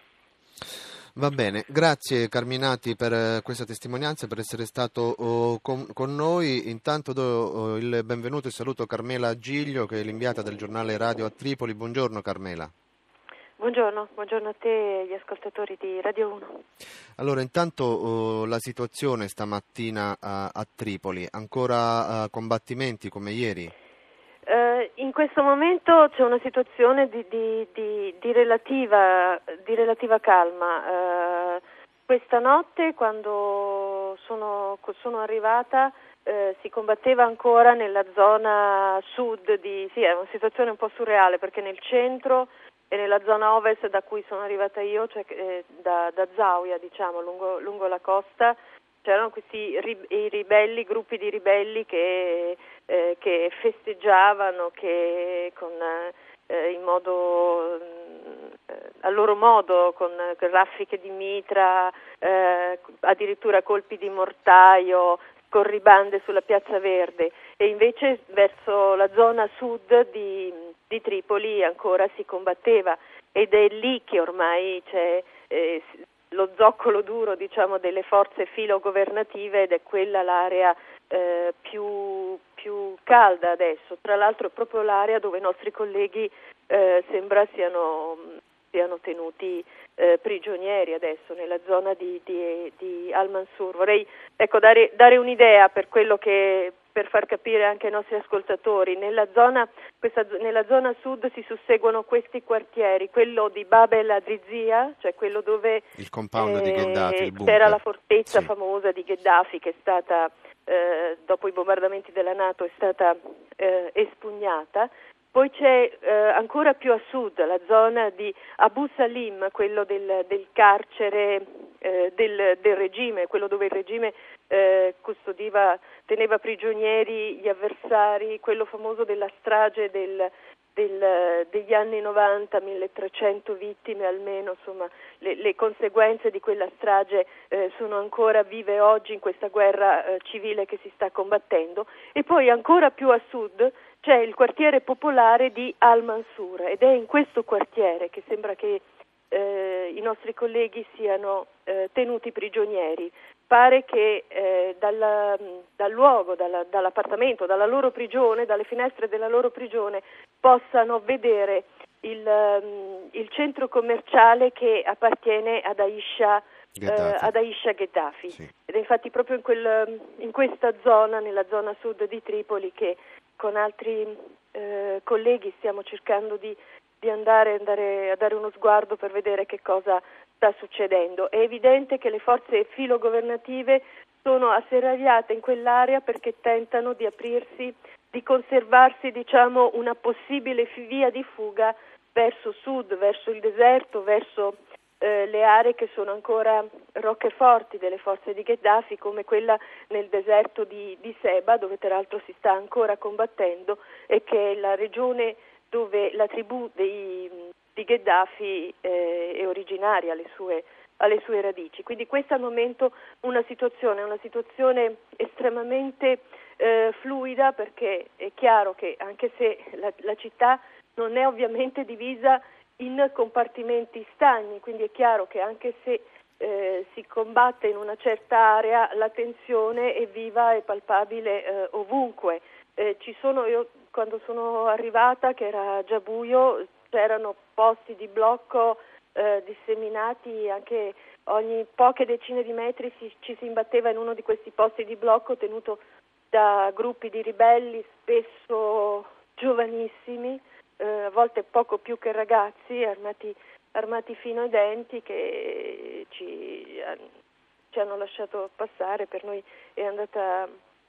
Va bene, grazie Carminati per questa testimonianza, per essere stato oh, con, con noi. Intanto do oh, il benvenuto e saluto Carmela Giglio, che è l'inviata del giornale radio a Tripoli. Buongiorno Carmela. Buongiorno, buongiorno a te e agli ascoltatori di Radio uno. Allora, intanto oh, la situazione stamattina a, a Tripoli, ancora uh, combattimenti come ieri? Uh, in questo momento c'è una situazione di, di, di, di, relativa, di relativa calma. Uh, questa notte, quando sono, sono arrivata, uh, si combatteva ancora nella zona sud di... Sì, è una situazione un po' surreale, perché nel centro e nella zona ovest da cui sono arrivata io, cioè eh, da, da Zawiya, diciamo, lungo, lungo la costa, c'erano questi ri- i ribelli, gruppi di ribelli che, eh, che festeggiavano, che con, eh, in modo, eh, a loro modo, con, con raffiche di mitra, eh, addirittura colpi di mortaio, scorribande sulla Piazza Verde, e invece verso la zona sud di, di Tripoli ancora si combatteva, ed è lì che ormai c'è eh, lo zoccolo duro, diciamo, delle forze filogovernative, ed è quella l'area eh, più, più calda adesso. Tra l'altro è proprio l'area dove i nostri colleghi eh, sembra siano siano tenuti eh, prigionieri adesso nella zona di, di, di Al-Mansur. Vorrei ecco, dare, dare un'idea per quello che per far capire anche ai nostri ascoltatori. Nella zona, questa, nella zona sud si susseguono questi quartieri, quello di Bab el-Adrizia, cioè quello dove il compound eh, di Gheddafi, il bunker. c'era la fortezza sì. famosa di Gheddafi che è stata, eh, dopo i bombardamenti della NATO, è stata eh, espugnata. Poi c'è eh, ancora più a sud la zona di Abu Salim, quello del, del carcere eh, del, del regime, quello dove il regime eh, custodiva, teneva prigionieri gli avversari, quello famoso della strage del, del, degli anni novanta, milletrecento vittime almeno, insomma le, le conseguenze di quella strage eh, sono ancora vive oggi in questa guerra eh, civile che si sta combattendo. E poi ancora più a sud c'è il quartiere popolare di Al-Mansur ed è in questo quartiere che sembra che eh, i nostri colleghi siano eh, tenuti prigionieri. Pare che eh, dal, dal luogo, dalla, dall'appartamento, dalla loro prigione, dalle finestre della loro prigione possano vedere il, um, il centro commerciale che appartiene ad Aisha Gheddafi. Eh, ad Aisha Gheddafi. Sì. Ed è infatti proprio in, quel, in questa zona, nella zona sud di Tripoli, che con altri eh, colleghi stiamo cercando di, di andare, andare a dare uno sguardo per vedere che cosa sta succedendo. È evidente che le forze filogovernative sono asserragliate in quell'area perché tentano di aprirsi, di conservarsi, diciamo, una possibile via di fuga verso sud, verso il deserto, verso eh, le aree che sono ancora roccheforti delle forze di Gheddafi, come quella nel deserto di, di Seba, dove peraltro si sta ancora combattendo, e che è la regione dove la tribù dei, di Gheddafi eh, è originaria alle sue, alle sue radici. Quindi questa al momento una situazione, una situazione estremamente eh, fluida, perché è chiaro che anche se la, la città non è ovviamente divisa in compartimenti stagni, quindi è chiaro che anche se eh, si combatte in una certa area, la tensione è viva e palpabile eh, ovunque. Eh, ci sono, io quando sono arrivata, che era già buio, c'erano posti di blocco eh, disseminati, anche ogni poche decine di metri si, ci si imbatteva in uno di questi posti di blocco tenuto da gruppi di ribelli, spesso giovanissimi, eh, a volte poco più che ragazzi, armati, armati fino ai denti, che ci, eh, ci hanno lasciato passare. Per noi è andata,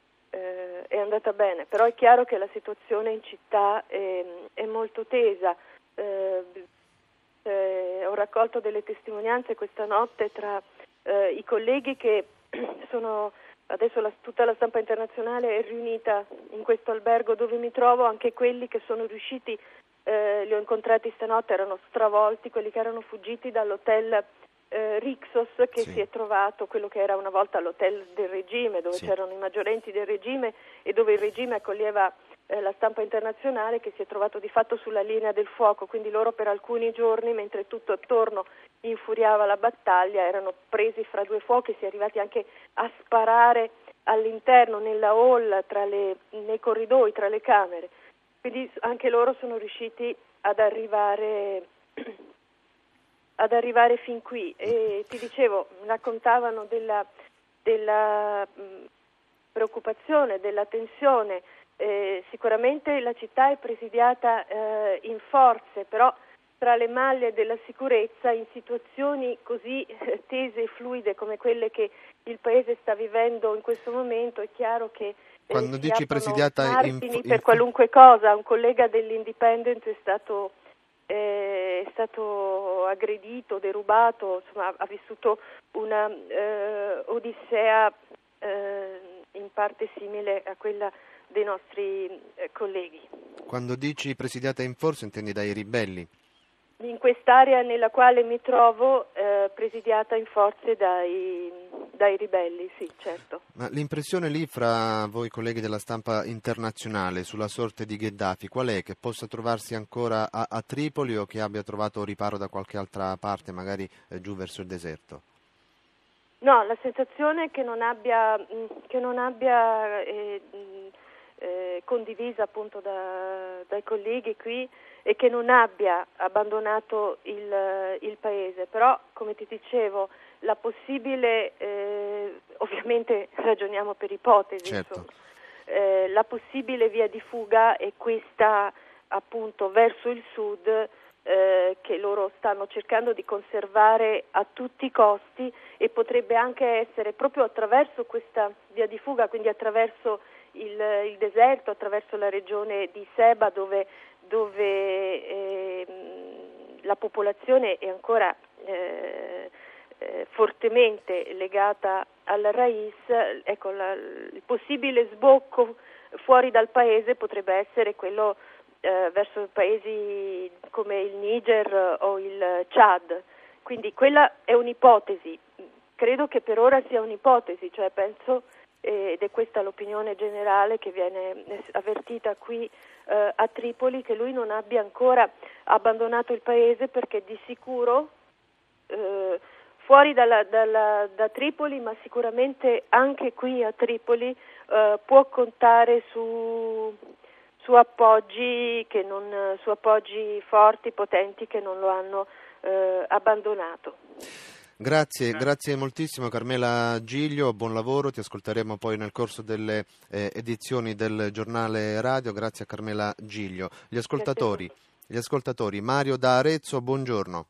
eh, è andata bene, però è chiaro che la situazione in città è, è molto tesa. Eh, eh, ho raccolto delle testimonianze questa notte tra eh, i colleghi che sono adesso la, tutta la stampa internazionale è riunita in questo albergo dove mi trovo, anche quelli che sono riusciti, eh, li ho incontrati stanotte, erano stravolti, quelli che erano fuggiti dall'hotel eh, Rixos, che sì. si è trovato, quello che era una volta l'hotel del regime, dove sì. c'erano i maggiorenti del regime e dove il regime accoglieva eh, la stampa internazionale, che si è trovato di fatto sulla linea del fuoco. Quindi loro per alcuni giorni, mentre tutto attorno infuriava la battaglia, erano presi fra due fuochi, si è arrivati anche a sparare all'interno, nella hall, tra le, nei corridoi, tra le camere. Quindi anche loro sono riusciti ad arrivare ad arrivare fin qui. E ti dicevo, raccontavano della, della mh, preoccupazione, della tensione. Eh, sicuramente la città è presidiata eh, in forze, però tra le maglie della sicurezza, in situazioni così eh, tese e fluide come quelle che il Paese sta vivendo in questo momento, è chiaro che eh, quando si dici presidiata margini in, in, per qualunque cosa. Un collega dell'Independent è stato, eh, è stato aggredito, derubato, insomma ha vissuto una eh, odissea eh, in parte simile a quella dei nostri eh, colleghi. Quando dici presidiata in forza intendi dai ribelli? In quest'area nella quale mi trovo, eh, presidiata in forze dai, dai ribelli, sì, certo. Ma l'impressione lì fra voi colleghi della stampa internazionale sulla sorte di Gheddafi qual è? Che possa trovarsi ancora a, a Tripoli o che abbia trovato riparo da qualche altra parte, magari eh, giù verso il deserto? No, la sensazione è che non abbia, che non abbia eh, eh, condivisa appunto da, dai colleghi qui, e che non abbia abbandonato il, il paese. Però, come ti dicevo, la possibile, eh, ovviamente ragioniamo per ipotesi, certo. eh, la possibile via di fuga è questa appunto verso il sud, eh, che loro stanno cercando di conservare a tutti i costi, e potrebbe anche essere proprio attraverso questa via di fuga, quindi attraverso il, il deserto, attraverso la regione di Seba, dove dove eh, la popolazione è ancora eh, eh, fortemente legata al Rais. Ecco, la, il possibile sbocco fuori dal paese potrebbe essere quello eh, verso paesi come il Niger o il Chad. Quindi quella è un'ipotesi. Credo che per ora sia un'ipotesi, cioè penso, ed è questa l'opinione generale che viene avvertita qui eh, a Tripoli, che lui non abbia ancora abbandonato il paese, perché di sicuro eh, fuori dalla, dalla, da Tripoli, ma sicuramente anche qui a Tripoli, eh, può contare su, su appoggi che non, su appoggi forti, potenti, che non lo hanno eh, abbandonato. Grazie, grazie moltissimo Carmela Giglio, buon lavoro, ti ascolteremo poi nel corso delle eh, edizioni del giornale radio. Grazie a Carmela Giglio. Gli ascoltatori, gli ascoltatori Mario da Arezzo, buongiorno.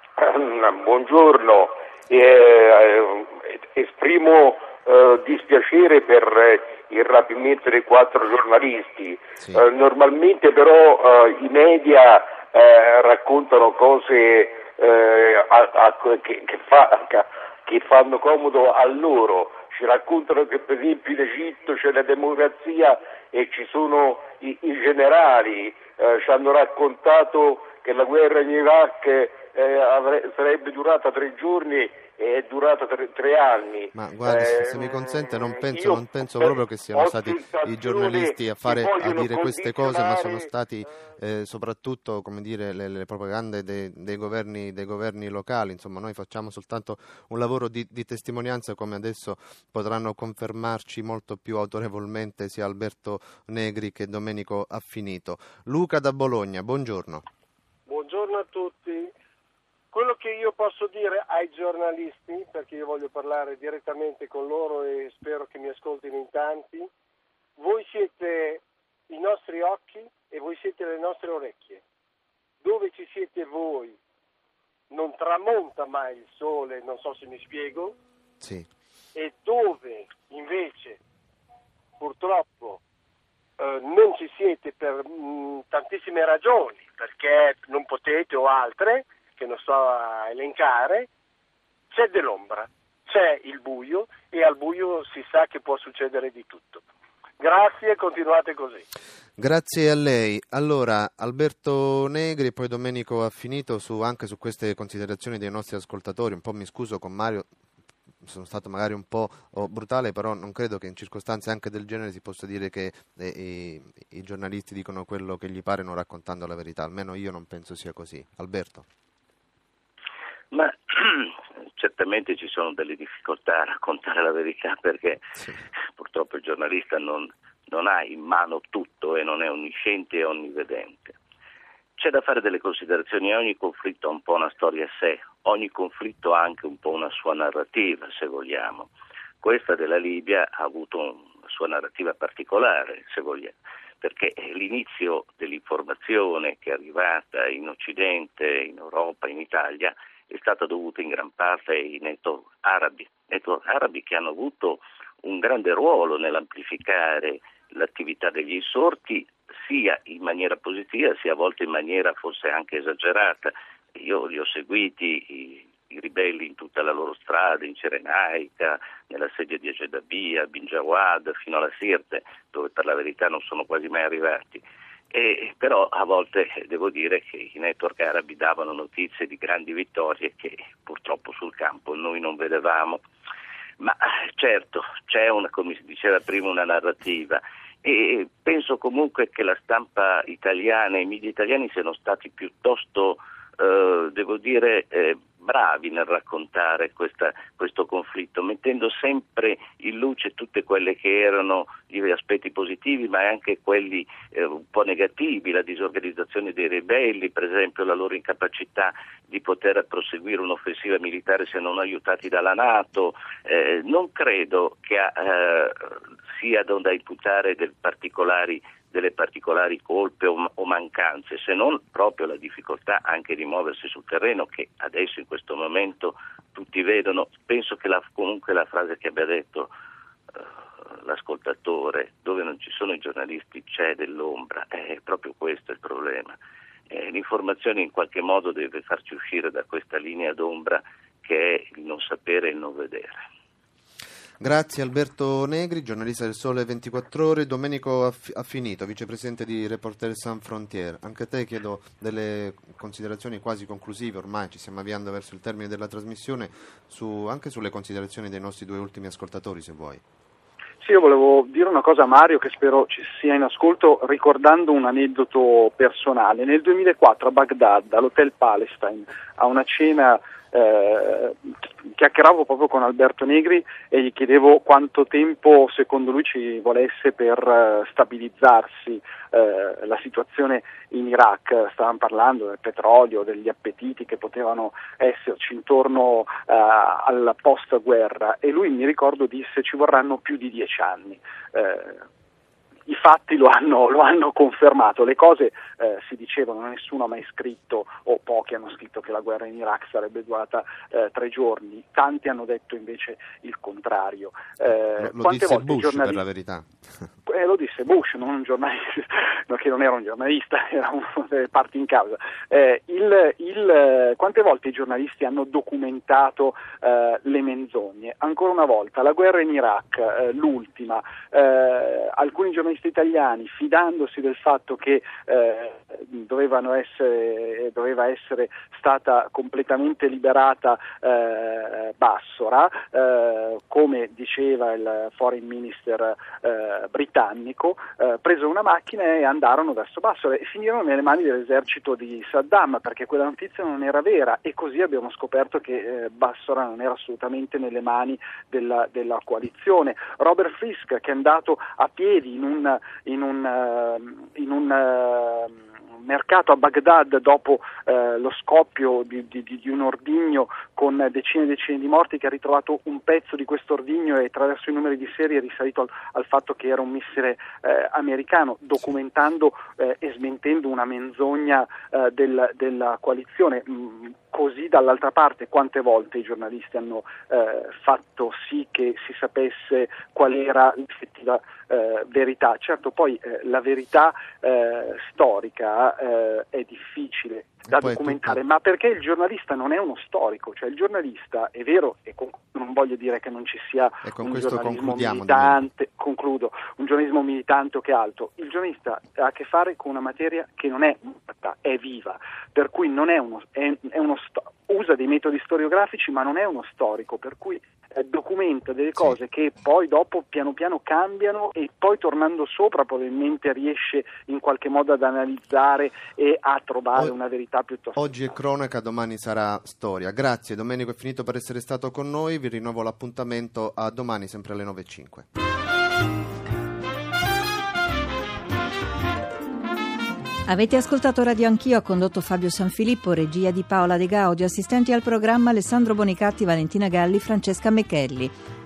Buongiorno, eh, esprimo eh, dispiacere per il rapimento dei quattro giornalisti. Sì. Eh, normalmente però eh, i media eh, raccontano cose Eh, a, a, che, che, fa, che fanno comodo a loro. Ci raccontano che per esempio in Egitto c'è la democrazia e ci sono i, i generali, eh, ci hanno raccontato che la guerra in Iraq eh, avre, sarebbe durata tre giorni e è durata tre, tre anni. Ma guardi, eh, se mi consente, non penso, non penso proprio che siano stati i giornalisti a fare a dire queste cose, ma sono stati eh, soprattutto, come dire, le, le propagande dei, dei governi dei governi locali. Insomma, noi facciamo soltanto un lavoro di, di testimonianza, come adesso potranno confermarci molto più autorevolmente sia Alberto Negri che Domenico Affinito. Luca da Bologna, buongiorno. Buongiorno a tutti. Quello che io posso dire ai giornalisti, perché io voglio parlare direttamente con loro e spero che mi ascoltino in tanti, voi siete i nostri occhi e voi siete le nostre orecchie. Dove ci siete voi non tramonta mai il sole, non so se mi spiego, sì. E dove invece purtroppo eh, non ci siete per mh, tantissime ragioni, perché non potete o altre, che non sto a elencare, c'è dell'ombra, c'è il buio, e al buio si sa che può succedere di tutto. Grazie, continuate così. Grazie a lei. Allora, Alberto Negri e poi Domenico Affinito su, anche su queste considerazioni dei nostri ascoltatori. Un po' mi scuso con Mario, sono stato magari un po' oh, brutale, però non credo che in circostanze anche del genere si possa dire che eh, i, i giornalisti dicono quello che gli pare non raccontando la verità. Almeno io non penso sia così. Alberto? Ma certamente ci sono delle difficoltà a raccontare la verità, perché sì. Purtroppo il giornalista non, non ha in mano tutto e non è onnisciente e onnivedente. C'è da fare delle considerazioni, ogni conflitto ha un po' una storia a sé, ogni conflitto ha anche un po' una sua narrativa, se vogliamo. Questa della Libia ha avuto una sua narrativa particolare, se vogliamo, perché l'inizio dell'informazione che è arrivata in Occidente, in Europa, in Italia, è stata dovuta in gran parte ai network arabi, network arabi che hanno avuto un grande ruolo nell'amplificare l'attività degli insorti, sia in maniera positiva, sia a volte in maniera forse anche esagerata. Io li ho seguiti, i, i ribelli in tutta la loro strada, in Cirenaica, nella sedia di Agedabia, Bin Jawad, fino alla Sirte, dove per la verità non sono quasi mai arrivati. E, però a volte devo dire che i network arabi davano notizie di grandi vittorie che purtroppo sul campo noi non vedevamo. Ma certo, c'è una, come si diceva prima, una narrativa, e penso comunque che la stampa italiana e i media italiani siano stati piuttosto, eh, devo dire, eh, bravi nel raccontare questa, questo conflitto, mettendo sempre in luce tutte quelle che erano gli aspetti positivi, ma anche quelli eh, un po' negativi, la disorganizzazione dei ribelli, per esempio la loro incapacità di poter proseguire un'offensiva militare se non aiutati dalla NATO. Eh, non credo che eh, sia da imputare del particolari delle particolari colpe o, o mancanze, se non proprio la difficoltà anche di muoversi sul terreno, che adesso in questo momento tutti vedono. Penso che la, comunque la frase che abbia detto uh, l'ascoltatore, dove non ci sono i giornalisti c'è dell'ombra, è proprio questo il problema. Eh, l'informazione in qualche modo deve farci uscire da questa linea d'ombra che è il non sapere e il non vedere. Grazie Alberto Negri, giornalista del Sole ventiquattro Ore. Domenico Affinito, vicepresidente di Reporters Sans Frontières. Anche a te chiedo delle considerazioni quasi conclusive, ormai ci stiamo avviando verso il termine della trasmissione, su, anche sulle considerazioni dei nostri due ultimi ascoltatori, se vuoi. Sì, io volevo dire una cosa a Mario, che spero ci sia in ascolto, ricordando un aneddoto personale. Nel duemilaquattro a Baghdad, all'Hotel Palestine, a una cena Eh, chiacchieravo proprio con Alberto Negri e gli chiedevo quanto tempo secondo lui ci volesse per uh, stabilizzarsi uh, la situazione in Iraq. Stavamo parlando del petrolio, degli appetiti che potevano esserci intorno uh, al post guerra, e lui, mi ricordo, disse ci vorranno più di dieci anni. Uh, I fatti lo hanno, lo hanno confermato, le cose eh, si dicevano, nessuno ha mai scritto, o pochi hanno scritto, che la guerra in Iraq sarebbe durata eh, tre giorni, tanti hanno detto invece il contrario. Eh, lo lo disse Bush, giornalisti... per la verità. Eh, lo disse Bush, non un giornalista, no, che non era un giornalista, era una delle parti in causa. Eh, il, il, quante volte i giornalisti hanno documentato eh, le menzogne? Ancora una volta, la guerra in Iraq, eh, l'ultima, eh, alcuni giornalisti italiani, fidandosi del fatto che eh, dovevano essere, doveva essere stata completamente liberata eh, Bassora, eh, come diceva il foreign minister eh, britannico, eh, presero una macchina e andarono verso Bassora e finirono nelle mani dell'esercito di Saddam, perché quella notizia non era vera, e così abbiamo scoperto che eh, Bassora non era assolutamente nelle mani della, della coalizione. Robert Frisk, che è andato a piedi in un in un, uh, in un uh, mercato a Baghdad dopo uh, lo scoppio di, di, di un ordigno con decine e decine di morti, che ha ritrovato un pezzo di questo ordigno e attraverso i numeri di serie è risalito al, al fatto che era un missile uh, americano, documentando uh, e smentendo una menzogna uh, del, della coalizione. Mm, Così dall'altra parte, quante volte i giornalisti hanno eh, fatto sì che si sapesse qual era l'effettiva eh, verità. Certo, poi eh, la verità eh, storica eh, è difficile da documentare, ma perché il giornalista non è uno storico, cioè il giornalista, è vero, e con, non voglio dire che non ci sia un giornalismo militante, concludo, un giornalismo militante o che altro, il giornalista ha a che fare con una materia che non è morta, è viva, per cui non è uno, è, è uno sto- usa dei metodi storiografici, ma non è uno storico, per cui eh, documenta delle cose sì. che poi dopo piano piano cambiano, e poi tornando sopra probabilmente riesce in qualche modo ad analizzare e a trovare o- una verità piuttosto. Oggi è cronaca, domani sarà storia. Grazie Domenico Affinito per essere stato con noi, vi rinnovo l'appuntamento a domani sempre alle nove e cinque. Avete ascoltato Radio Anch'io, ha condotto Fabio Sanfilippo, regia di Paola De Gaudio, assistenti al programma Alessandro Bonicatti, Valentina Galli, Francesca Mecchelli.